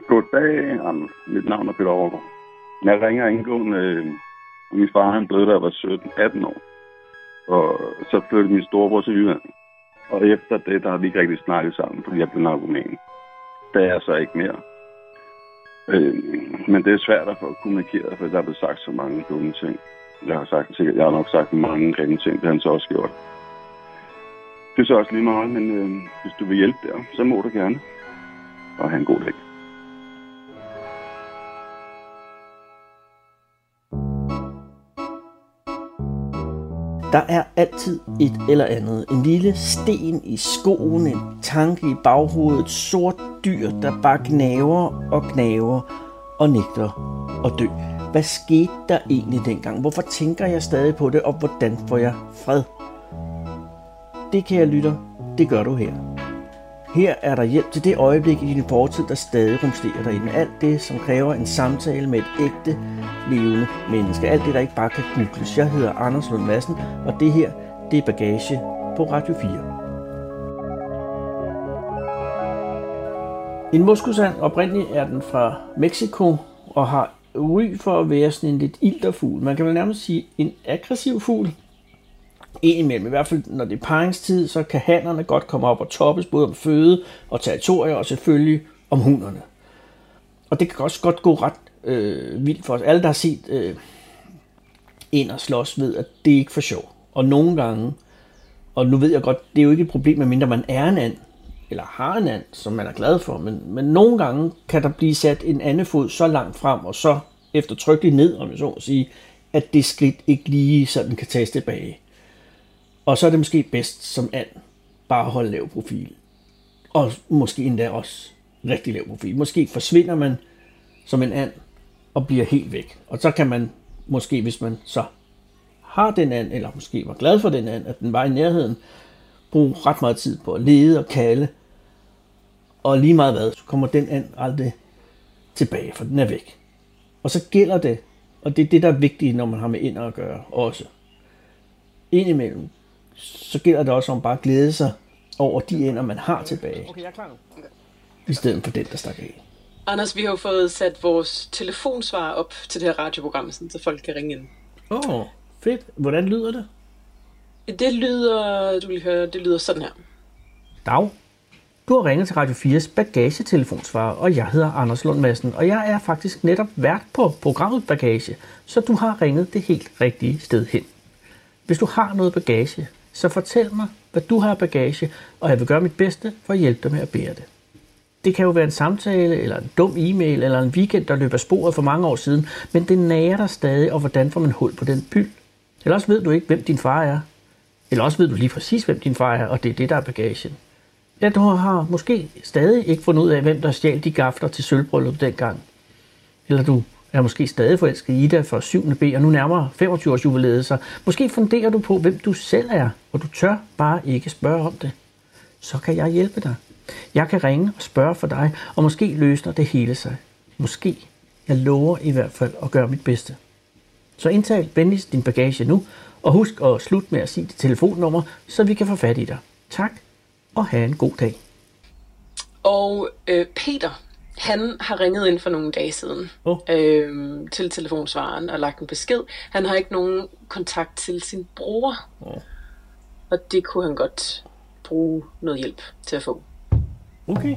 Goddag, Anders. Mit navn er Peter Overgaard. Jeg ringer indgående. Min far han blev, da jeg var 17-18 år. Og så flyttede min storebror til Jylland. Og efter det, der har vi ikke rigtig snakket sammen, fordi jeg blev narkoman. Det er jeg så ikke mere. Men det er svært at få kommunikeret, for der er blevet sagt så mange dumme ting. Jeg har nok sagt mange grimme ting, det har han så også gjort. Det er så også lige meget, men hvis du vil hjælpe der, så må du gerne. Og have en god dag. Der er altid et eller andet. En lille sten i skoen, en tanke i baghovedet, et sort dyr, der bare gnaver og nægter at dø. Hvad skete der egentlig dengang? Hvorfor tænker jeg stadig på det, og hvordan får jeg fred? Det, kære lytter, det gør du her. Her er der hjælp til det øjeblik i din fortid, der stadig rumsterer derinde. Alt det, som kræver en samtale med et ægte, levende menneske. Alt det, der ikke bare kan googles. Jeg hedder Anders Lund Madsen, og det her, det er Bagage på Radio 4. En moskusand, oprindeligt er den fra Mexico, og har ry for at være sådan en lidt ilterfugl. Man kan vel nærmest sige en aggressiv fugl. Indimellem, i hvert fald når det er parringstid, så kan hannerne godt komme op og toppes både om føde og territorier, og selvfølgelig om hunderne. Og det kan også godt gå ret vildt for os. Alle, der har set ænder slås, ved, at det er ikke for sjov. Og nogle gange, og nu ved jeg godt, det er jo ikke et problem, medmindre man er en and, eller har en and, som man er glad for, men nogle gange kan der blive sat en anden fod så langt frem, og så eftertrykkeligt ned, om jeg så må sige, at det skridt ikke lige sådan kan tages tilbage. Og så er det måske bedst som and bare at holde lav profil. Og måske endda også rigtig lav profil. Måske forsvinder man som en and og bliver helt væk. Og så kan man måske, hvis man så har den and, eller måske var glad for den and, at den var i nærheden, bruge ret meget tid på at lede og kalde. Og lige meget hvad, så kommer den and aldrig tilbage, for den er væk. Og så gælder det, og det er det, der er vigtigt, når man har med ænder at gøre også. Indimellem, så gælder det også om bare at glæde sig over de ænder, man har tilbage. Okay, jeg er klar nu. Okay. I stedet for den, der stak af. Anders, vi har jo fået sat vores telefonsvar op til det her radioprogram, så folk kan ringe ind. Fedt. Hvordan lyder det? Det lyder, du vil høre, det lyder sådan her. Dag. Du har ringet til Radio 4's bagagetelefonsvar, og jeg hedder Anders Lund Madsen, og jeg er faktisk netop vært på programmet Bagage, så du har ringet det helt rigtige sted hen. Hvis du har noget bagage, så fortæl mig, hvad du har bagage, og jeg vil gøre mit bedste for at hjælpe dig med at bære det. Det kan jo være en samtale, eller en dum e-mail, eller en weekend, der løber sporet for mange år siden, men det nager dig stadig, og hvordan får man hul på den pyld? Eller også ved du ikke, hvem din far er. Eller også ved du lige præcis, hvem din far er, og det er det, der er bagagen. Ja, du har måske stadig ikke fundet ud af, hvem der stjal de gafler til sølvbryllup dengang. Eller du er måske stadig forelsket i Ida for 7. B, og nu nærmere 25-års jubilæet, så måske funderer du på, hvem du selv er, og du tør bare ikke spørge om det. Så kan jeg hjælpe dig. Jeg kan ringe og spørge for dig, og måske løsner det hele sig. Måske. Jeg lover i hvert fald at gøre mit bedste. Så indtal venligst din bagage nu, og husk at slutte med at sige dit telefonnummer, så vi kan få fat i dig. Tak, og have en god dag. Og Peter, han har ringet ind for nogle dage siden til telefonsvaren og lagt en besked. Han har ikke nogen kontakt til sin bror, og det kunne han godt bruge noget hjælp til at få. Okay.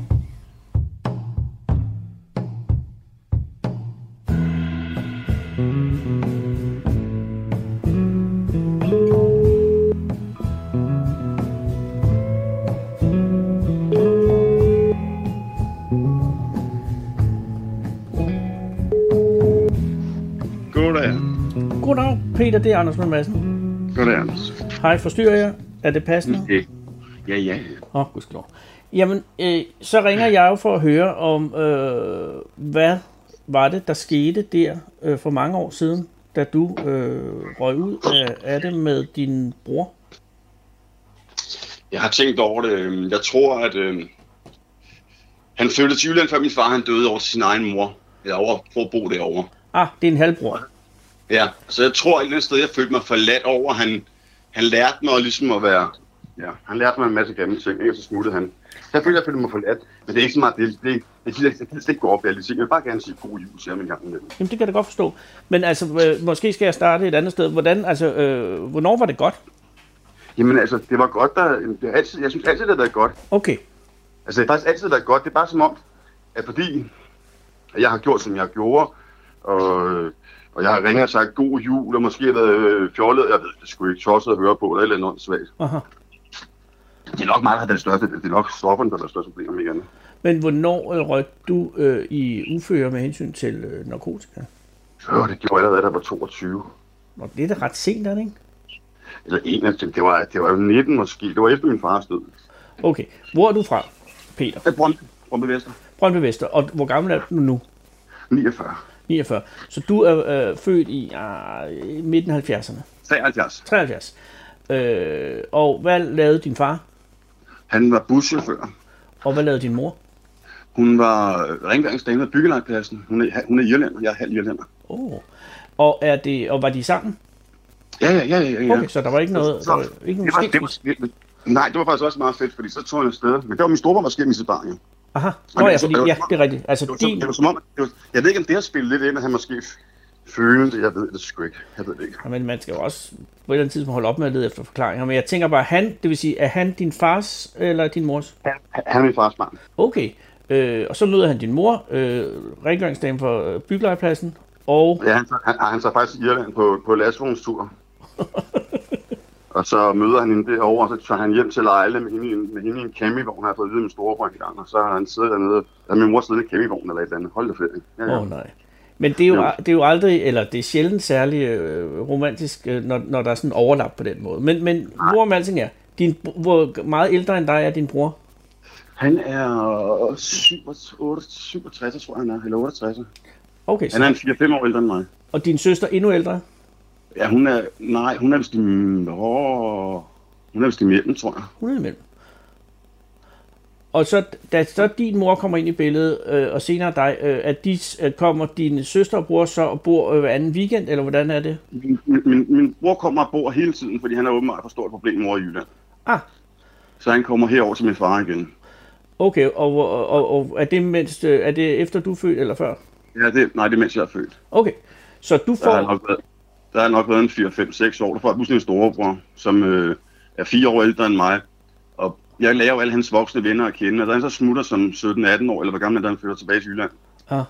Goddag, Peter, det er Anders Lund Madsen. Goddag, Anders. Hej, forstyrrer jeg? Er det passende? Ja. Gudskelov. Jamen, så ringer jeg jo for at høre om, hvad var det, der skete der for mange år siden, da du røg ud af det med din bror? Jeg har tænkt over det. Jeg tror, at han flyttede til Jylland, før min far han døde over til sin egen mor. Eller over for at bo derovre. Det er en halvbror. Ja, så jeg tror et eller andet sted, jeg følte mig forladt over. Han lærte mig ligesom at være Ja, han lærte mig en masse gamle ting, og så smuttede han. Så jeg følte mig forladt, men det er ikke så meget det. Jeg kan slet ikke gå op i alle de ting. Jeg vil bare gerne sige god jul til ham en gang imellem. Jamen, det kan jeg da godt forstå. Men altså, måske skal jeg starte et andet sted. Hvornår var det godt? Jamen altså, det var godt, jeg synes altid, det har været godt. Okay. Altså, det har faktisk altid været godt. Det er bare som om, at fordi jeg har gjort, som jeg gjorde, og jeg har ringet og sagt god jul, og måske har været fjollet, jeg ved det sgu ikke, tosset at høre på, eller et eller andet svagt. Aha. Det er nok meget, der er det største. Det er nok stofferne, der er det største problem med andet. Men hvornår røg du i uføre med hensyn til narkotika? Det gjorde jeg allerede, da jeg var 22. Og det er da ret sent, er det ikke? Eller 21, det var jo 19 måske. Det var efter min fars død. Okay. Hvor er du fra, Peter? Brøndby Vester. Brøndby Vester. Og hvor gammel er du nu? 49. 49. Så du er født i midten af 70'erne? 73. Og hvad lavede din far? Han var buschauffør. Og hvad lavede din mor? Hun var rengøringsdame af byggelejpladsen. Hun er irlænder, jeg er halv irlænder. Og var de sammen? Ja. Okay, så der var ikke noget... Nej, det var faktisk også meget fedt, fordi så tog jeg afsted. Men det var min storebror, var skilsmissebarn, jo. Aha. Fordi, det er rigtigt. Altså, det var som om, jeg ved ikke, om det har spillet lidt ind, at han måske følte det. Jeg ved det sgu ikke. Jeg ved det ikke. Men man skal jo også på et eller andet tidspunkt holde op med at lede efter forklaringer. Men jeg tænker bare, det vil sige, er han din fars eller din mors? Han er min fars barn. Okay. Og så møder han din mor, rengøringsdame for byggelejpladsen, og... Ja, han tager faktisk i Irland på lastvognstur. Og så møder han hende derovre, og så tager han hjem til Lejle med hende i en campingvogn, har jeg fået at vide min storebror en gang, og så har han siddet dernede, der min mor sidder i campingvognen eller et eller andet. Hold da fedt. Ja. Nej. Men det er jo aldrig, eller det er sjældent særlig romantisk, når der er sådan en overlap på den måde. Men hvorom alting er, hvor meget ældre end dig er din bror? Han er 67, tror jeg han er, eller 68. Okay, han er 4-5 år ældre end mig. Og din søster endnu ældre? Ja, hun er vist i midten, tror jeg. Hun er i midten. Og så, da så din mor kommer ind i billedet, og senere dig, kommer din søster og bror så og bor hver anden weekend, eller hvordan er det? Min bror kommer og bor hele tiden, fordi han har åbenbart for stort problem over i Jylland. Så han kommer herover til min far igen. Okay, og er det efter du er født, eller før? Ja, det er mens jeg er født. Okay, så du får... Der har nok været en 4-5-6 år. Der får jeg pludselig en storebror, som er 4 år ældre end mig. Og jeg lærer jo alle hans voksne venner at kende. Og da han så smutter som 17-18 år, eller hvor gammel han flytter tilbage til Jylland,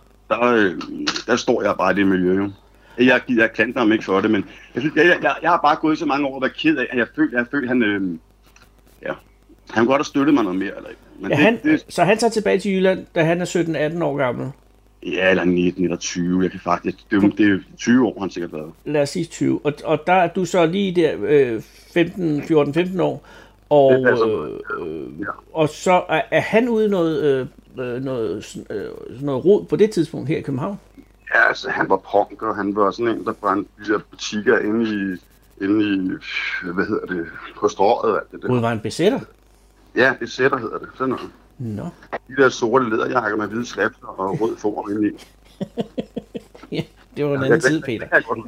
der står jeg bare i det miljø. Jo. Jeg klandrer ham ikke for det, men jeg synes, jeg har bare gået i så mange år og været ked af, at jeg følte han han kunne godt have støttet mig noget mere. Eller ikke. Men så han tager tilbage til Jylland, da han er 17-18 år gammel? Ja, eller 19 eller 20. Jeg kan faktisk... Det er 20 år, han sikkert været. Lad os sige 20. Og der er du så lige der 14-15 år. Og så er han ude noget rod på det tidspunkt her i København? Ja, altså han var punk, og han var sådan en, der brændte de der butikker inde i på Strøget. Ude var en besætter? Ja, besætter hedder det. Sådan noget. Nå. De der sorte læderjakker med hvide slapser og rød form inde i. Ja, det var en anden tid, Peter.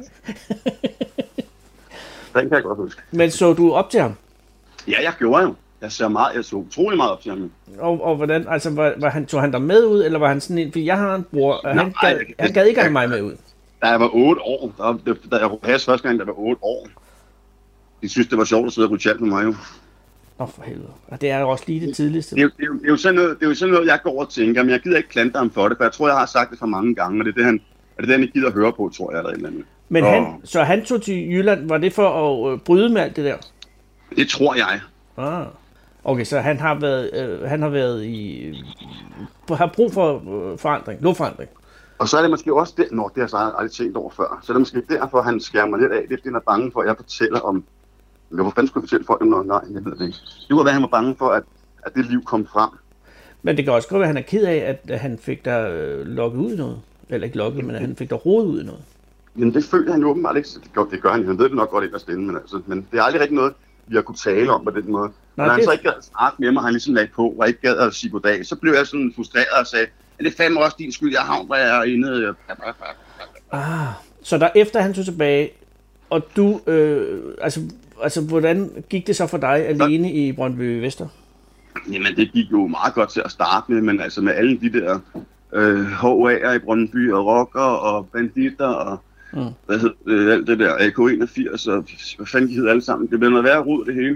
Den kan jeg godt huske. Men så du op til ham? Ja, jeg gjorde jo. Jeg så utrolig meget op til ham. Og hvordan, altså, tog han der med ud, eller var han sådan en, fordi jeg har en bror, og han gad ikke have mig med ud. Da jeg var 8 år, da jeg røg has første gang, da jeg var 8 år. De synes, det var sjovt at sidde og ryge chat med mig jo. For helvede. Og det er jo også lige det tidligste. Det er jo sådan noget, jeg går over og tænker, men jeg gider ikke klandre ham for det, for jeg tror, jeg har sagt det for mange gange, og det er det, han ikke gider at høre på, tror jeg, eller et eller andet. Men han tog til Jylland, var det for at bryde med alt det der? Det tror jeg. Okay, så han har været har brug for forandring, luftforandring. Og så er det måske også det, det har jeg så aldrig tænkt over før, så er det måske derfor, han skærer mig lidt af, det er, fordi han er bange for, at jeg fortæller om, hvor fanden skulle jeg fortælle folk om noget? Nej, jeg ved det ikke. Det var, hvad han var bange for, at det liv kom frem. Men det kan også godt være, at han er ked af, at han fik dig lukket ud i noget. Eller ikke lukket, men at han fik dig rodet ud i noget. Men det følte han jo åbenbart ikke. Det gør han. Han ved det nok godt ikke at stille, men det er aldrig rigtig noget, vi har kunne tale om på den måde. Når han så ikke gad at snakke med mig, han ligesom lagde på, og ikke gad at sige goddag, så blev jeg sådan frustreret og sagde, at det er fandme også din skyld, jeg havner inde. Så der efter han tog tilbage, og du, altså, hvordan gik det så for dig alene i Brøndby Vester? Jamen, det gik jo meget godt til at starte med, men altså med alle de der HA'er i Brøndby, og rocker og banditter, og hvad hed alt det der, AK81, og hvad fanden de hed alle sammen. Det blev noget værre rod, det hele.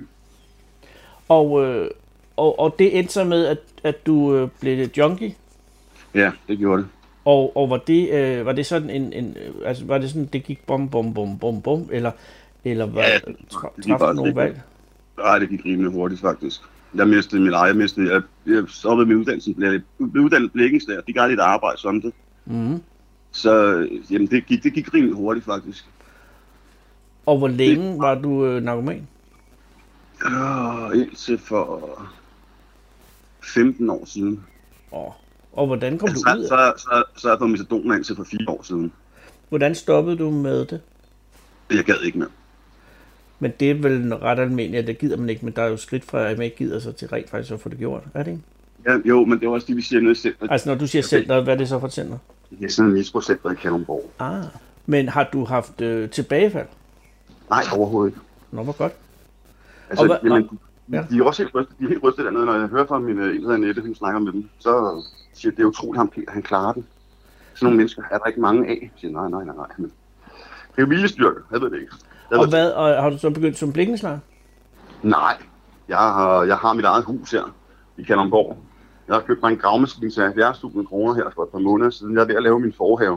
Og det endte så med, at du blev junkie? Ja, det gjorde det. Og var det sådan altså var det sådan, det gik bum, eller var traf du nogle valg? Nej, det gik rimelig hurtigt faktisk. Jeg mistede min eje, jeg stoppede min uddannelse, blev uddannet blikkenslager, de gav lidt arbejde som det. Så jamen, det gik rimelig hurtigt faktisk. Og hvor længe var du narkoman? Indtil for 15 år siden. Og hvordan kom du ud? Så jeg fået metadon indtil for 4 år siden. Hvordan stoppede du med det? Jeg gad ikke mere. Men det er vel ret almindeligt, at det gider man ikke, men der er jo skridt fra, at man ikke gider sig til rent faktisk at få det gjort, er det ikke? Ja, jo, men det er også det, vi siger noget center. Altså når du siger center, hvad er det så for et center? Det er sådan en misbrugscenter i Kalundborg. Men har du haft tilbagefald? Nej, overhovedet ikke. Nå, hvor godt. Altså, de er også helt rystet dernede, når jeg hører fra min en eller Annette, hun snakker med dem, så siger det er utroligt, han klarer det. Sådan nogle mennesker er der ikke mange af. Jeg siger, nej. Men det er jo viljestyrke, jeg ved det ikke. Og har du så begyndt som blikkenslager? Nej, jeg har mit eget hus her i Kalundborg. Jeg har købt mig en gravmaskine til 70.000 kroner her for et par måneder siden. Jeg er ved at lave min forhave.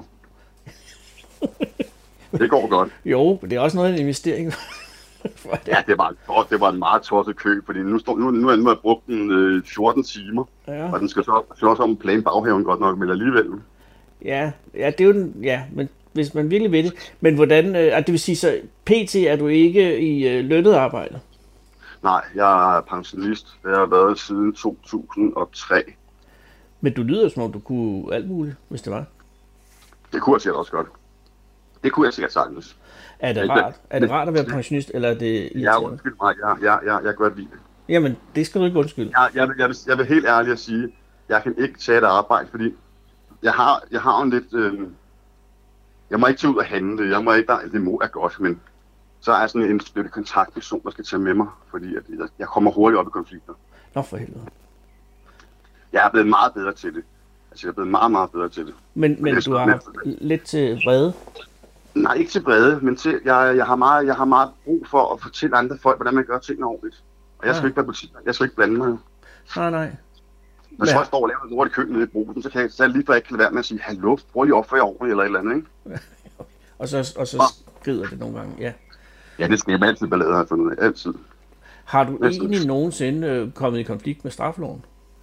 Det går godt. Jo, men det er også noget af en investering. Ja, det var en meget tosset køb, fordi nu har jeg brugt den 14 timer, og den skal så også om plan baghaven godt nok, men alligevel. Ja, det er jo men hvis man virkelig vil det. Men hvordan, det vil sige, så PT er du ikke i lønnet arbejde? Nej, jeg er pensionist. Det har jeg været siden 2003. Men du lyder som om du kunne alt muligt, hvis det var. Det kunne jeg sikkert også godt. Det kunne jeg sikkert sagtens. Er det rart at være pensionist, eller er det irriterende? Ja, undskyld mig. Jeg kan godt lide det. Jamen, det skal du ikke undskylde. Jeg vil helt ærligt at sige, jeg kan ikke tage et arbejde, fordi jeg har en lidt... jeg må ikke tage ud og handle. Det må jeg godt, men så er jeg sådan en støtte kontaktperson, der skal tage med mig, fordi jeg kommer hurtigt op i konflikter. Nå, for helvede. Jeg er blevet meget bedre til det. Altså, jeg er blevet meget, meget bedre til det. Men du har haft lidt til vrede? Nej, ikke til vrede, men til, jeg har meget brug for at fortælle andre folk, hvordan man gør tingene ordentligt. Og jeg skal ikke være politik, jeg skal ikke blande mig. Nej. Hvis folk står og laver noget i køkken nede i brusen, så kan jeg lige for ikke lade være med at sige, hallo, prøv lige opføre jer ordentligt eller et eller andet, ikke? og så skrider det nogle gange, ja. Ja, det skal jeg altid ballade have fundet ud af, altid. Har du egentlig nogensinde kommet i konflikt med straffeloven?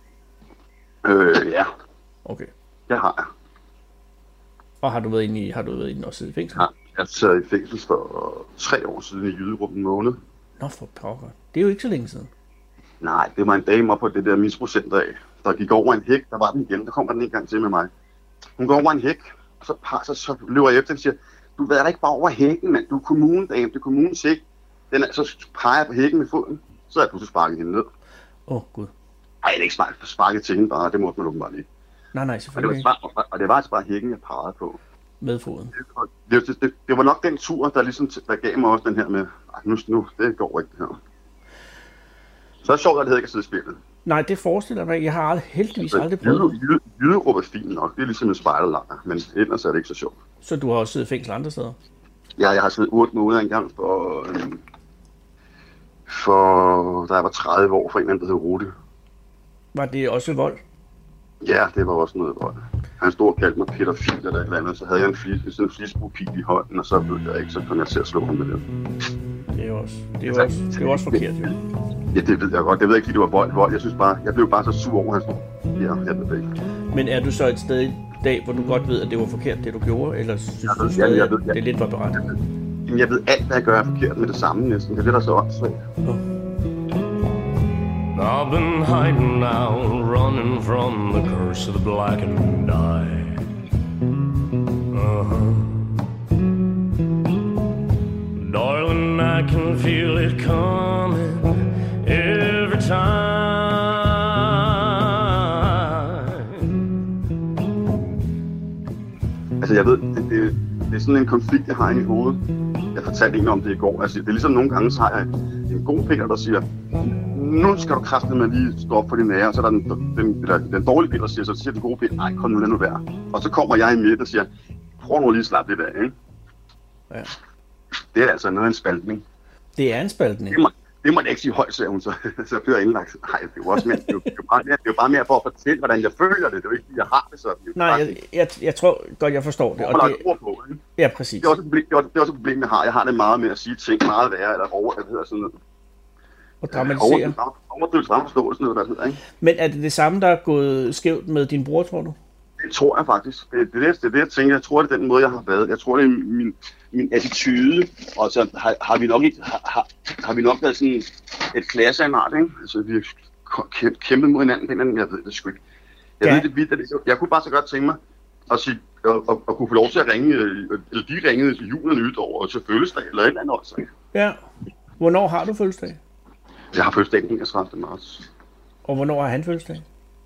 Ja. Okay. Det har jeg. Og har du været inde i og siddet i fængsel? Ja, jeg sad i fængsel for 3 år siden i Jyderup en måned. Nå, for pokker. Det er jo ikke så længe siden. Nej, det var en dame op på det der misbrugscenter af. Der gik over en hæk, der var den igen, der kommer den en gang til med mig. Hun går over en hæk, og så løber jeg efter og siger, du ved da ikke bare over hækken, mand. Du er kommunedame, det er kommunens hæk. Så peger jeg på hækken med foden, så er jeg pludselig sparket hende ned. Gud. Nej, det er ikke sparket til hende bare, det måtte man åbenbart ikke. Nej, selvfølgelig ikke. Og det var altså bare hækken, jeg pegede på. Med foden. Det var nok den tur, der ligesom der gav mig også den her med, nu, det går ikke det her. Så er det sjovt, at det hedder ikke at sidde i spillet. Nej, det forestiller mig. Jeg har heldigvis aldrig prøvet det. Jyderup er fint nok. Det er ligesom en spejderlejr, men ellers er det ikke så sjovt. Så du har også siddet i fængsel andre steder? Ja, jeg har siddet 8 måneder engang for da jeg var 30 år for en eller anden, der hed Rute. Var det også vold? Ja, det var også noget vold. Han stod og kaldte mig pædofil eller et eller andet, så havde jeg en flisbrugpil i hånden, og så ved jeg ikke, så kom jeg til at slå ham med det. Det er jo også forkert, jo. Ja, det ved jeg godt. Det ved jeg ikke, fordi det var vold. Jeg blev bare så sur over, at han stod. Ja, jeg ved det ikke. Men er du så et sted i dag, hvor du godt ved, at det var forkert, det du gjorde, eller synes du stadig, at det lidt var berettet? Jamen, jeg ved alt, hvad jeg gør er forkert med det samme næsten. Det er det, der så åndssvagt. I've been hiding now, running from the curse of the black and eye. Darling, I can feel it coming every time. Altså, jeg ved, det er sådan en konflikt, jeg har inde i hovedet. Jeg Jeg fortalte en om det i går. Altså, det er ligesom nogle gange, så har jeg en god Peter, der siger, nu skal du kraftedeme lige stå op for din nære, og så er der den dårlige Peter, der siger, så siger den gode Peter, nej, kom nu, lad nu være. Og så kommer jeg i midt og siger, prøv nu lige at slappe lidt af, ikke? Ja. Det er altså noget af en spaltning. Det er en spaltning. Det må jeg ikke sige højt, sagde hun, så bliver jeg indlagt. Nej, det er jo også mere, det er jo bare mere for at fortælle, hvordan jeg føler det. Det er jo ikke, jeg har det sådan. Nej, jeg tror godt, jeg forstår det. Og det ord på, ikke? Ja, præcis. Det er også et problem, jeg har. Jeg har det meget med at sige ting meget værre, eller sådan noget. Og dramatisere. Overdrivelse, dramaforståelse, noget, hvad det hedder, ikke? Men er det det samme, der er gået skævt med din bror, tror du? Det tror jeg faktisk. Det er det, jeg tænker. Jeg tror, det er den måde, jeg har været. Jeg tror, det er min attitude. Og så har vi nok været sådan et klasseanart, ikke? Altså, vi har kæmpet mod hinanden. Jeg ved det sgu ikke. Jeg kunne bare så godt tænke mig at sige, at kunne få lov til at ringe, eller de ringede til jul og nytår, til fødselsdag, eller et eller andet også. Ja. Hvornår har du fødselsdag? Jeg har fødselsdag den 31. marts. Og hvornår har han fødselsdag?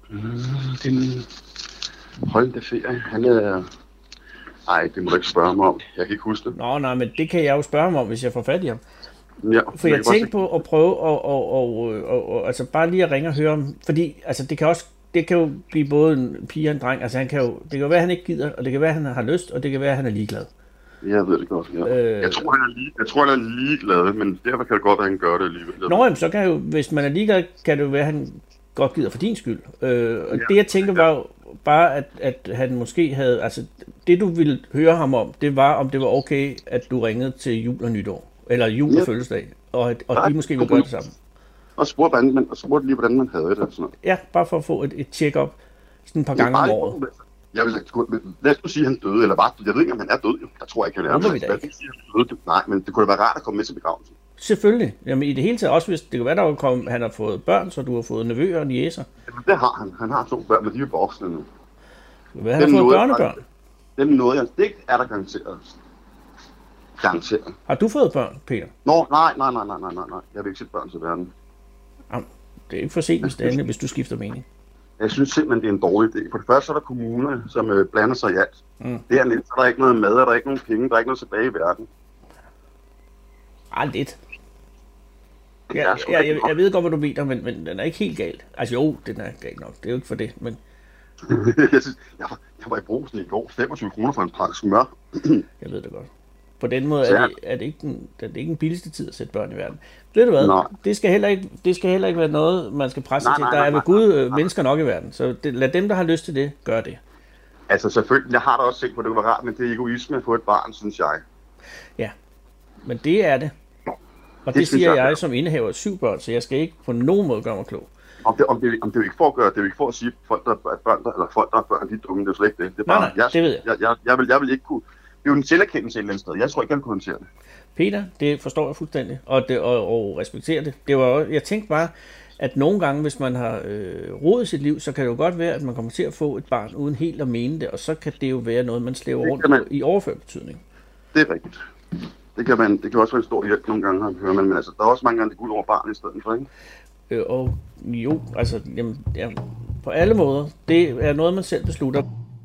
Hold da ferie. Han er... Ej, det må du ikke spørge mig om. Jeg kan ikke huske det. Nå, nej, men det kan jeg jo spørge mig om, hvis jeg får fat i ham. Ja, for jeg tænkte på at prøve og altså bare lige at ringe og høre om, fordi altså det kan jo blive både en pige og en dreng. Altså det kan jo være, at han ikke gider, og det kan være, at han har lyst, og det kan være, at han er ligeglad. Jeg ved det godt, ja. Jeg tror, han er ligeglad, men derfor kan det godt, at han gør det alligevel. Nå, jamen, så kan jo, hvis man er ligeglad, kan det jo være, at han godt gider for din skyld. Og det jeg tænker var jo bare, at han måske havde, altså det du ville høre ham om, det var, om det var okay, at du ringede til jul og nytår, eller jul og fødselsdag, og de måske ville gøre det samme. Og spurgte lige, hvordan man havde det. Og sådan noget. Ja, bare for at få et check-up sådan et par gange om året. Jeg vil lad os sige, at han døde, eller bare, jeg ved ikke, om han er død. Der tror jeg ikke, at det er. Nej, men det kunne være rart at komme med til begravelsen. Selvfølgelig. Jamen i det hele taget, også hvis det kan være, han har fået børn, så du har fået nevøer og niecer. Jamen det har han. Han har 2 børn, men de er voksne nu. Hvad han har fået børnebørn? Det er der garanteret. Garanteret. Har du fået børn, Peter? Nå, nej. Jeg vil ikke sætte børn til verden. Jamen, det er ikke for sent, hvis du skifter mening. Jeg synes simpelthen, det er en dårlig idé. For det første så er der kommuner, som blander sig i alt. Dernede så er der ikke noget mad, der er ikke nogen penge, der er ikke noget tilbage i verden. Lidt. Jeg ved godt, hvad du mener, men den er ikke helt galt. Altså jo, den er galt nok. Det er jo ikke for det, men... jeg var i Brugsen i går. 25 kroner for en pakke smør. Jeg ved det godt. På den måde er det ikke den billigste tid at sætte børn i verden. Ved du hvad? Nej. Det skal heller ikke være noget, man skal presse til. Der er ved Gud mennesker nok i verden. Så lad dem, der har lyst til det, gøre det. Altså selvfølgelig, jeg har da også set på, at det var rart, men det er egoisme at få et barn, synes jeg. Ja, men det er det. Og det siger jeg som indehaver af 7 børn, så jeg skal ikke på nogen måde gøre mig klog. Om det er jo ikke for at gøre, det er jo ikke for at sige, at folk, der er børn, de er dumme, det er slet ikke det. Det er bare, nej, det ved jeg. Jeg vil ikke kunne... Det er jo en selverkendelse et eller andet sted. Jeg tror ikke, jeg kunne håndtere det. Peter, det forstår jeg fuldstændig, og respekterer det. Jeg tænkte bare, at nogle gange, hvis man har rodet i sit liv, så kan det jo godt være, at man kommer til at få et barn uden helt at mene det, og så kan det jo være noget, man slæver rundt i overført betydning. Det er rigtigt. Det kan også være en stor hjælp nogle gange, hører man, men altså, der er også mange gange, det går ud over barnet i stedet for, ikke? Og jo, altså, jamen, ja, på alle måder, det er noget, man selv beslutter.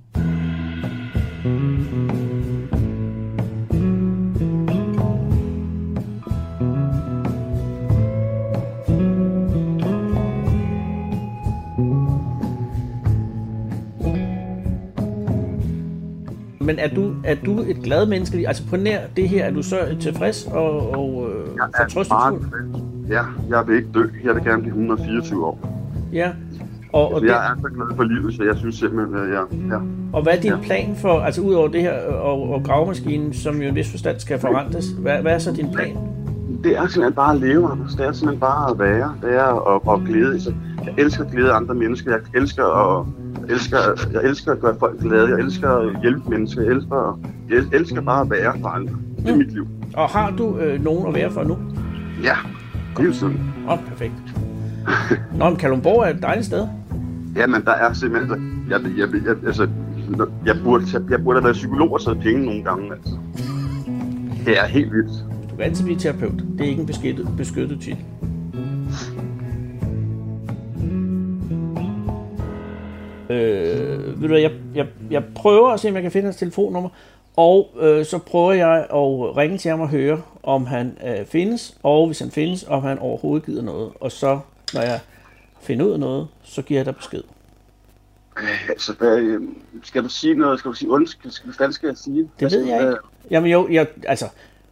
Men er du et glad menneske? Altså på nær det her, er du så tilfreds og fortrøstningsfuld? Ja, jeg vil ikke dø. Jeg vil gerne blive 124 år. Ja. Og jeg er så glad for livet, så jeg synes simpelthen, at ja. Og hvad er din plan for, altså ud over det her og gravemaskinen, som jo i en vis forstand skal forandres, hvad er så din plan? Det er simpelthen bare at leve, Anders. Det er simpelthen bare at være. Det er at glæde. Jeg elsker at glæde andre mennesker. Jeg elsker at gøre folk glade. Jeg elsker at hjælpe mennesker. Jeg elsker bare at være for andre. Det er mit liv. Og har du nogen at være for nu? Ja, hele tiden. Perfekt. Nå, men Kalundborg er et dejligt sted. Jamen, der er simpelthen... Jeg burde have været psykolog og taget penge nogle gange, altså. Det er helt vildt. Du kan altid blive terapeut. Det er ikke en beskyttet titel. Ved du hvad, jeg prøver at se, om jeg kan finde hans telefonnummer, Og så prøver jeg at ringe til ham og høre, om han findes, og hvis han findes, om han overhovedet gider noget. Og så, når jeg finder ud af noget, så giver jeg dig besked. Altså, skal du sige noget? Skal du sige undskyld? Hvad skal jeg sige? Det ved jeg ikke. Jamen jo, altså...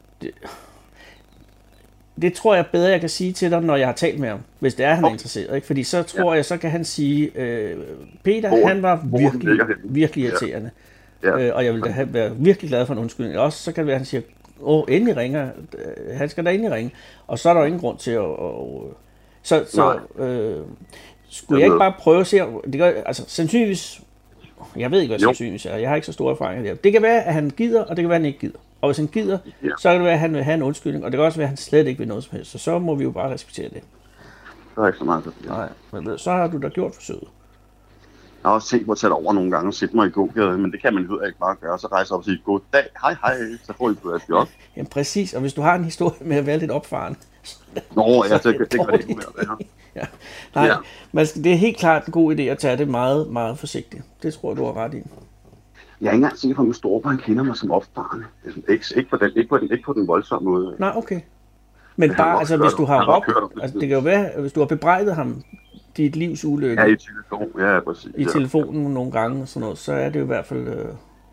Det tror jeg bedre, jeg kan sige til dig, når jeg har talt med ham, hvis det er, han er interesseret. Ikke? Fordi så tror jeg, så kan han sige, Peter, han var virkelig irriterende. Ja. Og jeg vil da være virkelig glad for en undskyldning. Også så kan det være, at han siger, endelig ringer. Han skal da endelig ringe. Og så er der jo ingen grund til at... skulle jeg ikke bare prøve at se... Det gør, altså, sandsynligvis... Jeg ved ikke, hvad sandsynligvis er. Jeg har ikke så store erfaringer der. Det kan være, at han gider, og det kan være, at han ikke gider. Og hvis han gider, så kan det være, at han vil have en undskyldning, og det kan også være, at han slet ikke vil noget som helst. Så må vi jo bare respektere det. Der er ikke så meget. Nej, men så har du da gjort forsøget. Jeg har også tænkt på at tage det over nogle gange og sætte mig i gågade, men det kan man jo ikke bare gøre. Så rejser op og sige, goddag, hej, så får I på et job. Jamen præcis, og hvis du har en historie med at være lidt opfarende. Nå, ja, det gør det ikke mere. Ja. Nej, det er helt klart en god idé at tage det meget, meget forsigtigt. Det tror du har ret i. Jeg er ikke engang sikker på, at min storebror kender mig som opfarende. Ikke på den voldsomme måde. Nej, okay. Men bare, altså hvis du har altså det kan jo være, hvis du har bebrejdet ham dit livs ulykke. Ja, i telefon, ja, præcis. I telefonen nogle gange og sådan noget, så er det jo i hvert fald... det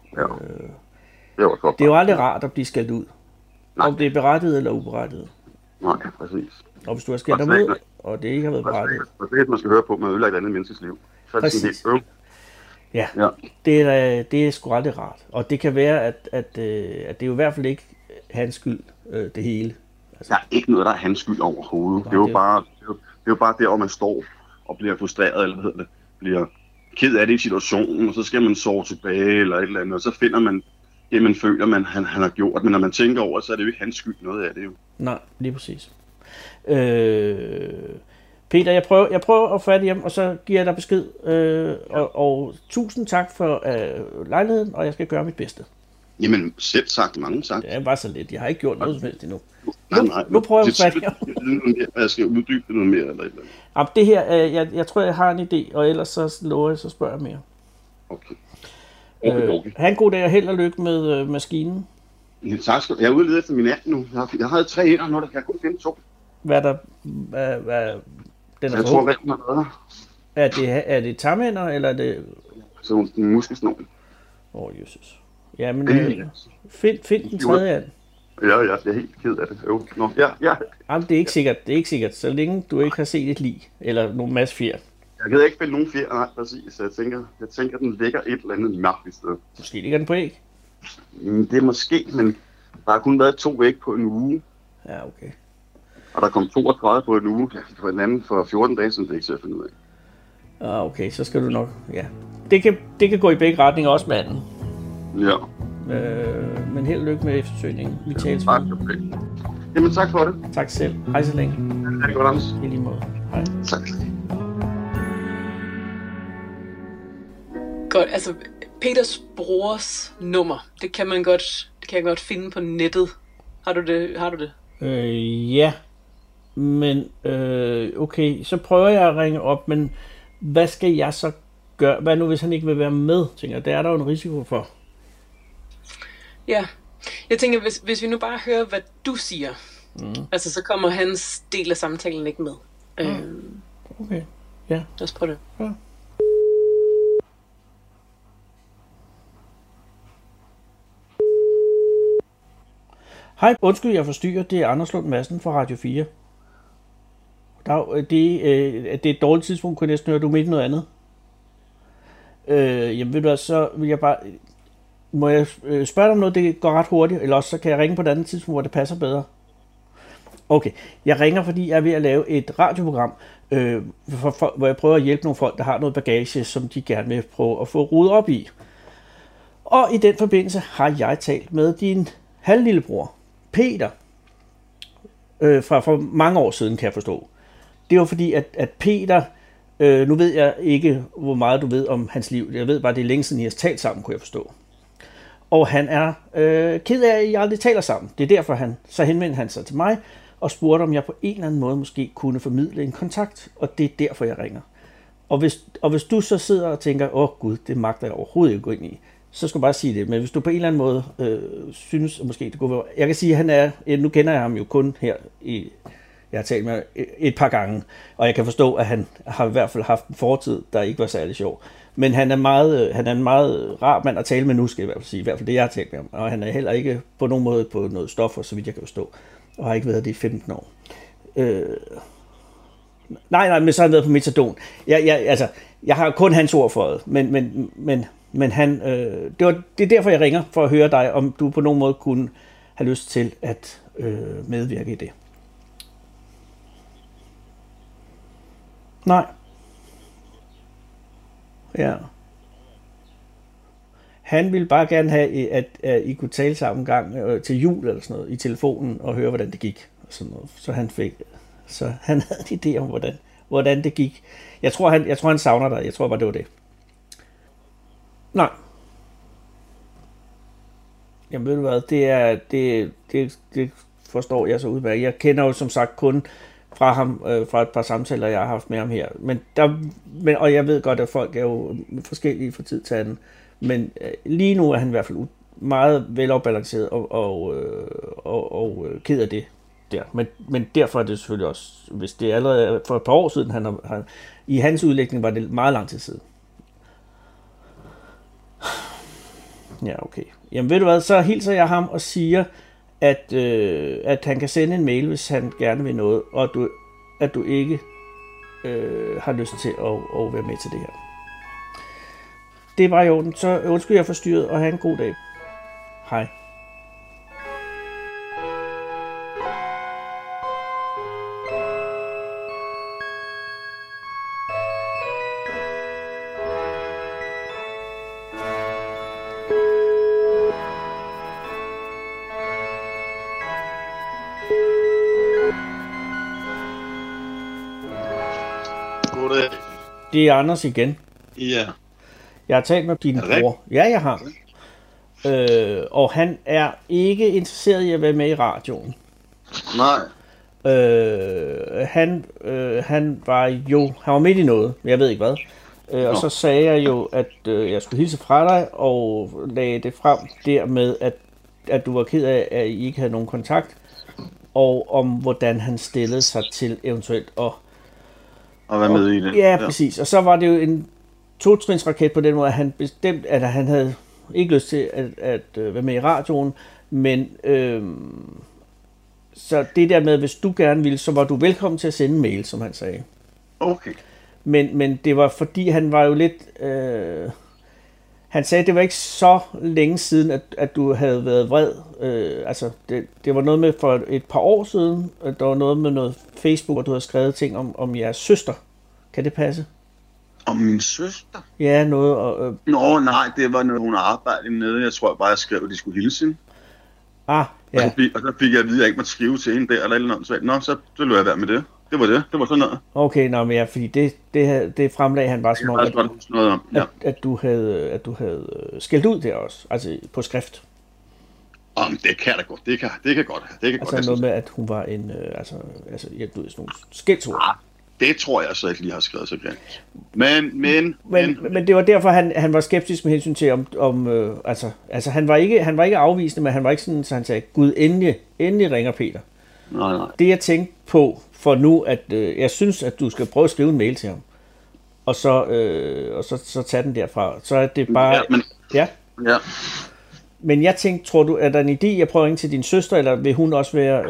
er jo aldrig rart at blive skældt ud. Nej. Om det er berettiget eller uberettiget. Nej, præcis. Og hvis du har skældt dem ud, og det ikke har været berettiget. Det er man skal høre på, med at ødelægge et andet menneskes liv. Så er det sådan helt Ja, det er sgu aldrig rart. Og det kan være, at det er jo i hvert fald ikke hans skyld, det hele. Altså. Der er ikke noget, der er hans skyld overhovedet. Det er jo bare der, hvor man står og bliver frustreret, eller hvad hedder det, bliver ked af det i situationen, og så skal man sove tilbage, eller et eller andet, og så finder man det, man føler, han har gjort. Men når man tænker over, så er det jo ikke hans skyld noget af det jo. Nej, lige præcis. Peter, jeg prøver at få det hjem, og så giver jeg dig besked. Og tusind tak for lejligheden, og jeg skal gøre mit bedste. Jamen, selv sagt, mange tak. Det er bare så lidt. Jeg har ikke gjort noget som helst endnu. Nej, nu prøver jeg at få det hjem. Jeg skal uddybe noget mere, eller et eller andet. Jamen, det her, jeg tror, jeg har en idé, og ellers så lover jeg, så spørger jeg mere. Okay. Ha' en god dag, og held og lykke med maskinen. Ja, tak skal du. Jeg er ude og lede efter min app nu. Jeg havde 3 hænder, nu der kan jeg kun finde 2. Hvad den er jeg tror, hvad er der? Er det tarmhænder, eller er det... Så en muskelsnor. Jesus. Ja, men find den tredje af den. Ja, jeg er helt ked af det. Ja. Jamen, det er ikke sikkert. Så længe du ikke har set et lig, eller nogle masse fjer. Jeg kan ikke finde nogen fjer, nej, præcis. Så jeg tænker, den ligger et eller andet mærkeligt sted. Måske ligger den på æg? Det er måske, men der har kun været 2 æg på en uge. Ja, okay. Og der kom 32 på en uge. Jeg fik en anden for 14 dage, som det ikke ser finde ud af. Okay, så skal du nok... Ja. Det kan gå i begge retninger, også med anden. Ja. Men held og lykke med eftersøgningen. Vi tales med. Jamen, tak for det. Tak selv. Hej så længe. Ja, det er godt, Anders. I lige måde. Hej. Tak. Godt, altså Peters brors nummer, det kan jeg godt finde på nettet. Har du det? Ja. Men okay, så prøver jeg at ringe op, men hvad skal jeg så gøre? Hvad nu, hvis han ikke vil være med? Tænker, det er der jo en risiko for. Ja, jeg tænker, hvis vi nu bare hører, hvad du siger, altså så kommer hans del af samtalen ikke med. Okay, ja. Lad os prøve det. Ja. Hej, undskyld, jeg forstyrrer. Det er Anders Lund Madsen fra Radio 4. Det er et dårligt tidspunkt, kunne jeg næsten høre. Du mente noget andet. Jamen ved du hvad, så vil jeg bare... Må jeg spørge dig om noget, det går ret hurtigt, eller også så kan jeg ringe på et andet tidspunkt, hvor det passer bedre? Okay, jeg ringer, fordi jeg er ved at lave et radioprogram, hvor jeg prøver at hjælpe nogle folk, der har noget bagage, som de gerne vil prøve at få rodet op i. Og i den forbindelse har jeg talt med din halvlillebror, Peter, fra mange år siden, kan jeg forstå. Det var fordi, at Peter, nu ved jeg ikke, hvor meget du ved om hans liv. Jeg ved bare, det er længe siden, I har talt sammen, kunne jeg forstå. Og han er ked af, at I aldrig taler sammen. Det er derfor, så henvendte han sig til mig og spurgte, om jeg på en eller anden måde måske kunne formidle en kontakt. Og det er derfor, jeg ringer. Og hvis du så sidder og tænker, Gud, det magter jeg overhovedet ikke gå ind i, så skal du bare sige det. Men hvis du på en eller anden måde synes, at måske det kunne være... Jeg kan sige, at han er... Nu kender jeg ham jo kun her i... Jeg har talt med et par gange, og jeg kan forstå, at han har i hvert fald haft en fortid, der ikke var særlig sjov. Men han er en meget rar mand at tale med nu, skal jeg i hvert fald sige. I hvert fald det, jeg har talt med ham. Og han er heller ikke på nogen måde på noget stoffer, så vidt jeg kan forstå. Og har ikke været det i 15 år. Nej, men så har han været på metadon. Jeg har kun hans ord for det, men han, det er derfor, jeg ringer, for at høre dig, om du på nogen måde kunne have lyst til at medvirke i det. Nej. Ja. Han ville bare gerne have, at I kunne tale sammen en gang til jul eller sådan noget, i telefonen, og høre, hvordan det gik. Og sådan noget. Så han havde en idé om, hvordan det gik. Jeg tror, han savner dig. Jeg tror bare, det var det. Nej. Jamen ved du hvad, det forstår jeg så udmærket. Jeg kender jo som sagt kun fra ham, fra et par samtaler, jeg har haft med ham her. Og jeg ved godt, at folk er jo forskellige fra tid til anden. Men lige nu er han i hvert fald meget velafbalanceret og ked af det der. Men derfor er det selvfølgelig også, hvis det allerede for et par år siden, i hans udlægning var det meget lang tid siden. Ja, okay. Jamen ved du hvad, så hilser jeg ham og siger, at han kan sende en mail, hvis han gerne vil noget, og at du ikke har lyst til at være med til det her. Det er bare i orden. Så undskyld, jeg forstyrret, og have en god dag. Hej. Det er Anders igen. Ja. Jeg har talt med din bror. Ja, jeg har. Og han er ikke interesseret i at være med i radioen. Nej. Han var midt i noget, jeg ved ikke hvad. Og så sagde jeg jo, at jeg skulle hilse fra dig, og lagde det frem dermed, at du var ked af, at I ikke havde nogen kontakt, og om hvordan han stillede sig til eventuelt at være med i det. Ja, præcis. Og så var det jo en totrinsraket på den måde, at han bestemt, at han havde ikke lyst til at være med i radioen, men så det der med, hvis du gerne ville, så var du velkommen til at sende en mail, som han sagde. Okay. Men det var fordi, han var jo lidt... han sagde, at det var ikke så længe siden, at du havde været vred. Det var noget med for et par år siden, at der var noget med noget Facebook, hvor du havde skrevet ting om jeres søster. Kan det passe? Om min søster? Ja, noget... Nej, det var noget, hun arbejdede nede. Jeg tror bare, jeg skrev, at de skulle hilse hende. Ja. Og så fik jeg at vide, at jeg ikke måtte skrive til hende der, eller noget. Nå, så lå jeg være med det. Det var det. Det var sådan noget. Okay, men ja, fordi det fremlagde han bare som om, at du havde skældt ud der også, altså på skrift. Det kan da godt. Det kan godt. Det kan altså godt, noget med, at hun var en, du ved, sådan nogle skældsord. Det tror jeg så ikke lige har skrevet så grimt. Men det var derfor, han var skeptisk med hensyn til, han var ikke afvisende, men han var ikke sådan, så han sagde, Gud, endelig ringer Peter. Nej. Det jeg tænkte på for nu, at jeg synes, at du skal prøve at skrive en mail til ham, og så tage den derfra. Så er det bare... Ja. Men jeg tænkte, tror du, er der en idé, jeg prøver at ringe til din søster, eller vil hun også være...